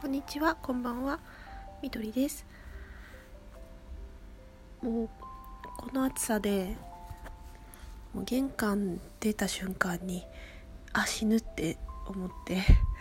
こんにちは、こんばんは、みどりです。もうこの暑さでもう玄関出た瞬間に死ぬって思って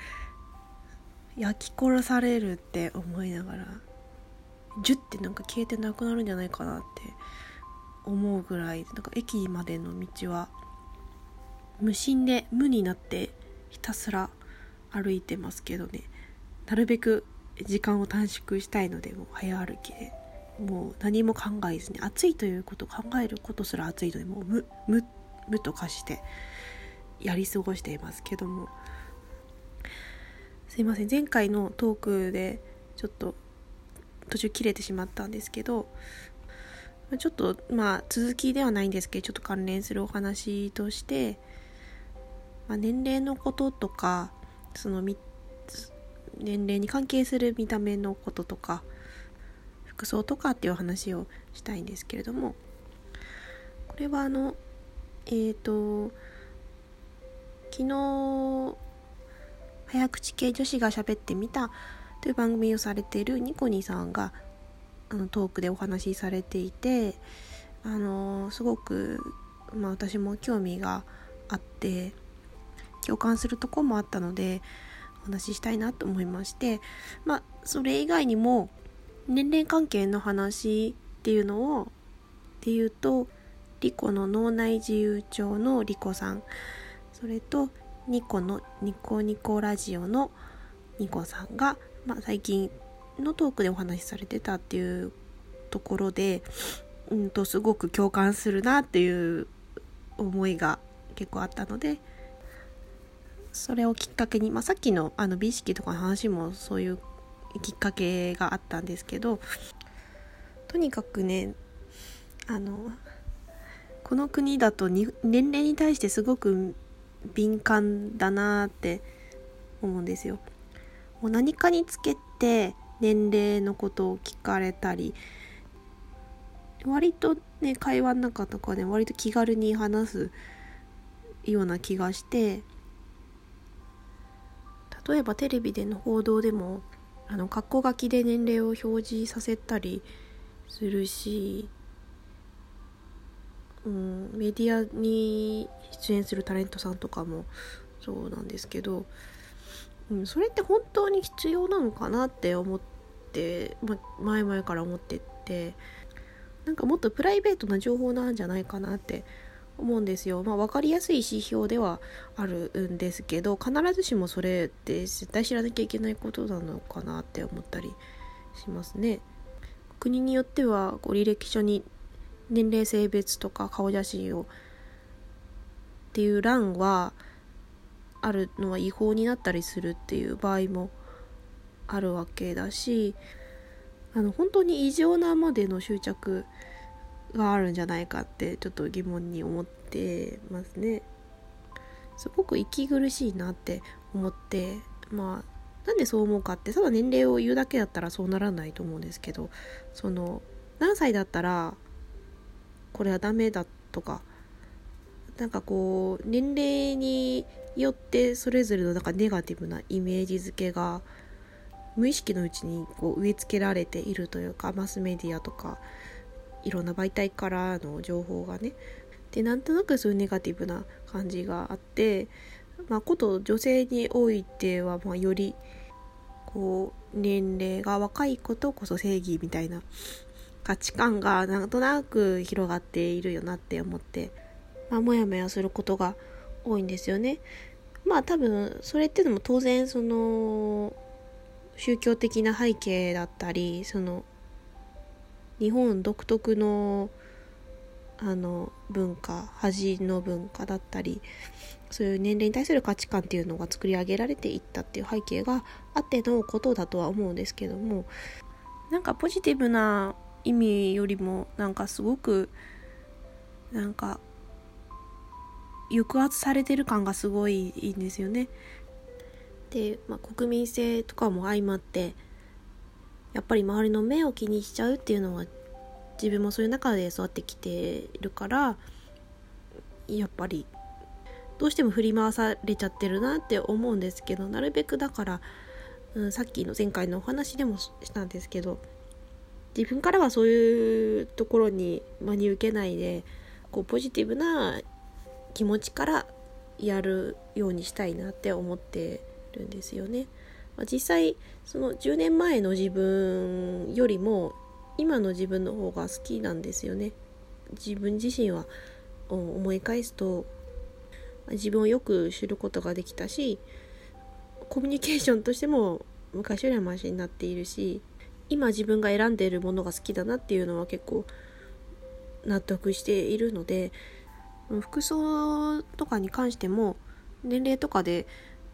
焼き殺されるって思いながらジュッて消えてなくなるんじゃないかなって思うぐらい、駅までの道は無心で無になってひたすら歩いてますけどね、なるべく時間を短縮したいので、もう早歩きでもう何も考えずに、暑いということを考えることすら暑いので、もう無と化してやり過ごしていますけども、すいません、前回のトークでちょっと途中切れてしまったんですけど、ちょっと続きではないんですけど、ちょっと関連するお話として、年齢のこととか、その年齢に関係する見た目のこととか服装とかっていう話をしたいんですけれども、これは昨日早口系女子が喋ってみたという番組をされているニコニさんがトークでお話しされていて、すごく、私も興味があって共感するところもあったのでお話ししたいなと思いまして、それ以外にも年齢関係の話っていうと、リコの脳内自由帳のリコさん、それとニコのニコニコラジオのニコさんが、最近のトークでお話しされてたっていうところで、すごく共感するなっていう思いが結構あったので、それをきっかけに、さっきの美意識とかの話もそういうきっかけがあったんですけど、とにかくね、この国だと年齢に対してすごく敏感だなって思うんですよ。もう何かにつけて年齢のことを聞かれたり、割とね、会話の中とかで割と気軽に話すような気がして、例えばテレビでの報道でも括弧書きで年齢を表示させたりするし、メディアに出演するタレントさんとかもそうなんですけど、それって本当に必要なのかなって思って、前々から思ってて、もっとプライベートな情報なんじゃないかなって思うんですよ。分かりやすい指標ではあるんですけど、必ずしもそれって絶対知らなきゃいけないことなのかなって思ったりしますね。国によっては履歴書に年齢、性別とか顔写真をっていう欄はあるのは違法になったりするっていう場合もあるわけだし、本当に異常なまでの執着があるんじゃないかってちょっと疑問に思ってますね。すごく息苦しいなって思って、なんでそう思うかって、ただ年齢を言うだけだったらそうならないと思うんですけど、何歳だったらこれはダメだとか、年齢によってそれぞれのネガティブなイメージ付けが無意識のうちに植え付けられているというか、マスメディアとかいろんな媒体からの情報がね、でなんとなくそういうネガティブな感じがあって、こと女性においてはより年齢が若いことこそ正義みたいな価値観がなんとなく広がっているよなって思って、もやもやすることが多いんですよね。多分それっていうのも当然宗教的な背景だったり、日本独特の文化、恥の文化だったり、そういう年齢に対する価値観っていうのが作り上げられていったっていう背景があってのことだとは思うんですけども、ポジティブな意味よりもすごく抑圧されてる感がすごいいいんですよね。で、国民性とかも相まって、やっぱり周りの目を気にしちゃうっていうのは自分もそういう中で育ってきてるから、やっぱりどうしても振り回されちゃってるなって思うんですけど、なるべくだからさっきの前回のお話でもしたんですけど、自分からはそういうところに真に受けないで、ポジティブな気持ちからやるようにしたいなって思ってるんですよね。実際その10年前の自分よりも今の自分の方が好きなんですよね。自分自身は思い返すと自分をよく知ることができたし、コミュニケーションとしても昔よりはマシになっているし、今自分が選んでいるものが好きだなっていうのは結構納得しているので、服装とかに関しても年齢とかで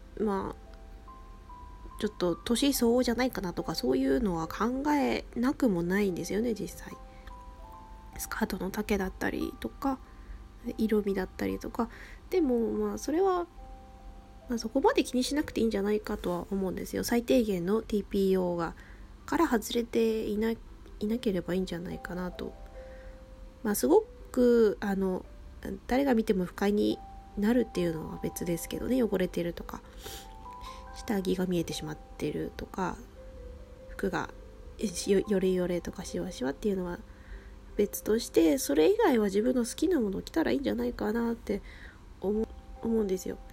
ちょっと年相応じゃないかなとか、そういうのは考えなくもないんですよね。実際スカートの丈だったりとか色味だったりとかでもそれはそこまで気にしなくていいんじゃないかとは思うんですよ。最低限の TPO から外れていなければいいんじゃないかなと。すごく誰が見ても不快になるっていうのは別ですけどね。汚れてるとか下着が見えてしまってるとか服がヨレヨレとかシワシワっていうのは別として、それ以外は自分の好きなものを着たらいいんじゃないかなって思うんですよ。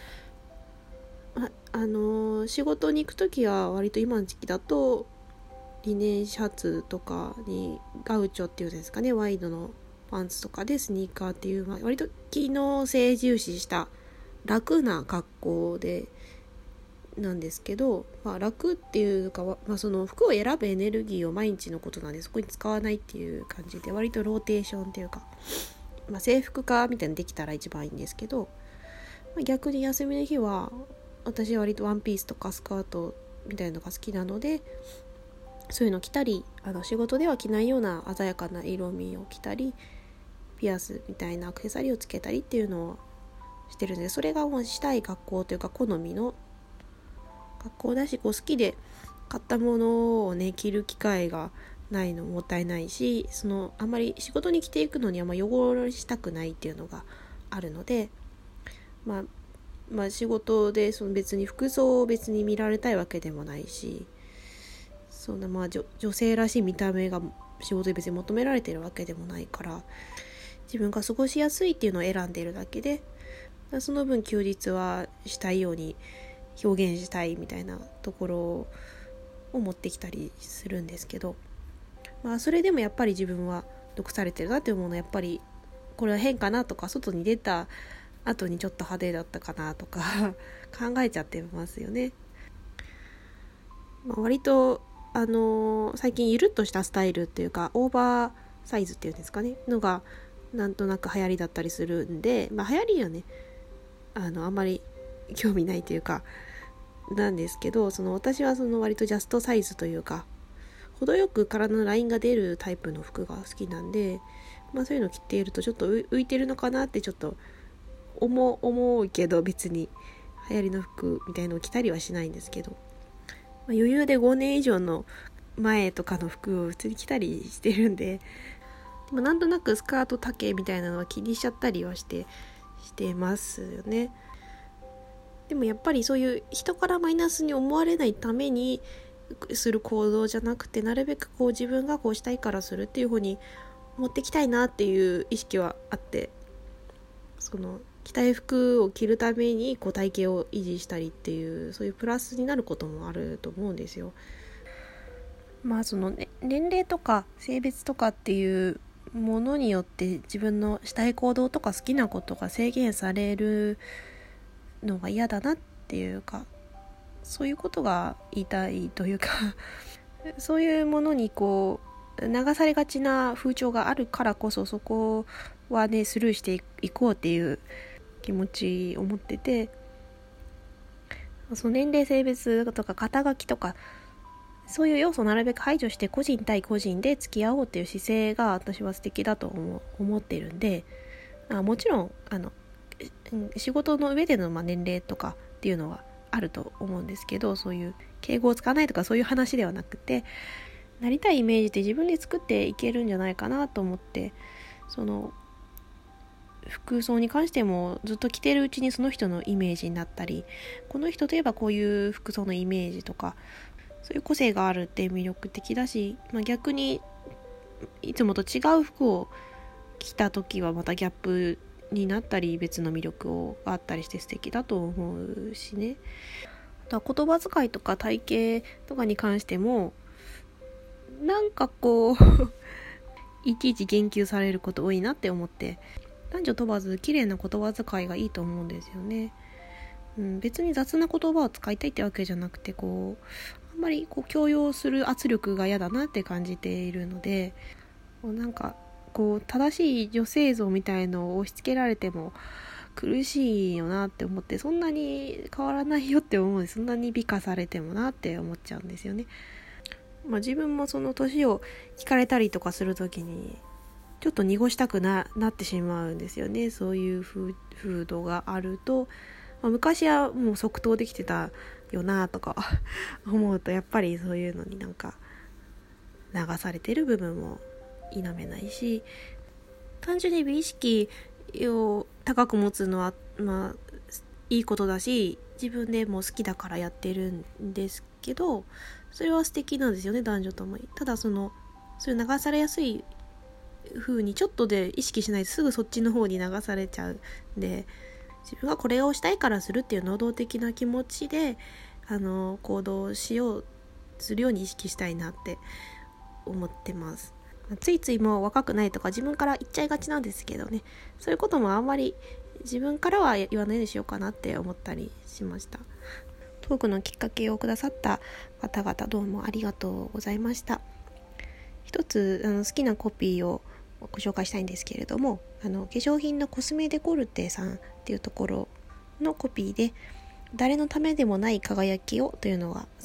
仕事に行くときは割と今の時期だとリネンシャツとかにガウチョっていうんですかね、ワイドのパンツとかでスニーカーっていう、割と機能性重視した楽な格好でなんですけど、楽っていうかその服を選ぶエネルギーを毎日のことなんでそこに使わないっていう感じで、割とローテーションっていうか、制服化みたいにできたら一番いいんですけど、逆に休みの日は私は割とワンピースとかスカートみたいなのが好きなので、そういうの着たり、仕事では着ないような鮮やかな色味を着たり、ピアスみたいなアクセサリーをつけたりっていうのをしてるので、それがもうしたい格好というか好みの格好だし、好きで買ったものをね着る機会がないのもったいないし、あんまり仕事に着ていくのに汚したくないっていうのがあるので、仕事で別に服装を別に見られたいわけでもないし、そんな女性らしい見た目が仕事で別に求められてるわけでもないから、自分が過ごしやすいっていうのを選んでいるだけで、その分休日はしたいように表現したいみたいなところを持ってきたりするんですけど、それでもやっぱり自分は毒されてるなって思うのは、やっぱりこれは変かなとか、外に出た後にちょっと派手だったかなとか考えちゃってますよね。割と最近ゆるっとしたスタイルっていうか、オーバーサイズっていうんですかねのがなんとなく流行りだったりするんで、流行りはねあんまり興味ないというかなんですけど、私は割とジャストサイズというか程よく体のラインが出るタイプの服が好きなんで、そういうの着ているとちょっと浮いてるのかなってちょっと思うけど、別に流行りの服みたいのを着たりはしないんですけど、余裕で5年以上の前とかの服を普通に着たりしてるんで、でもなんとなくスカート丈みたいなのは気にしちゃったりはしてますよね。でもやっぱりそういう人からマイナスに思われないためにする行動じゃなくて、なるべく自分がこうしたいからするっていう風に持ってきたいなっていう意識はあって、着たい服を着るために体型を維持したりっていう、そういうプラスになることもあると思うんですよ。年齢とか性別とかっていうものによって自分のしたい行動とか好きなことが制限されるのが嫌だなっていうか、そういうことが言いたいというかそういうものに流されがちな風潮があるからこそ、そこはねスルーしていこうっていう気持ちを持ってて、年齢性別とか肩書きとかそういう要素をなるべく排除して個人対個人で付き合おうっていう姿勢が私は素敵だと思ってるんで、もちろん仕事の上での年齢とかっていうのはあると思うんですけど、そういう敬語を使わないとかそういう話ではなくて、なりたいイメージって自分で作っていけるんじゃないかなと思って、 服装に関してもずっと着てるうちにその人のイメージになったり、この人といえばこういう服装のイメージとか、そういう個性があるって魅力的だし、逆にいつもと違う服を着た時はまたギャップになったり、別の魅力があったりして素敵だと思うしね。あとは言葉遣いとか体型とかに関してもなんかこういちいち言及されること多いなって思って、男女問わず綺麗な言葉遣いがいいと思うんですよね。別に雑な言葉を使いたいってわけじゃなくて、あんまり強要する圧力が嫌だなって感じているので、なんか正しい女性像みたいのを押し付けられても苦しいよなって思って、そんなに変わらないよって思う。そんなに美化されてもなって思っちゃうんですよね。自分もその年を聞かれたりとかするときにちょっと濁したく なってしまうんですよね。そういう風土があると、昔はもう即答できてたよなとか思うと、やっぱりそういうのになんか流されてる部分も否めないし、単純に美意識を高く持つのはいいことだし、自分でも好きだからやってるんですけど、それは素敵なんですよね、男女ともに。ただそういう流されやすい風にちょっとで意識しないとすぐそっちの方に流されちゃうんで、自分がこれをしたいからするっていう能動的な気持ちで行動するように意識したいなって思ってます。ついついもう若くないとか自分から言っちゃいがちなんですけどね、そういうこともあんまり自分からは言わないようにしようかなって思ったりしました。トークのきっかけをくださった方々、どうもありがとうございました。一つ好きなコピーをご紹介したいんですけれども、化粧品のコスメデコルテさんっていうところのコピーで、誰のためでもない輝きをというのが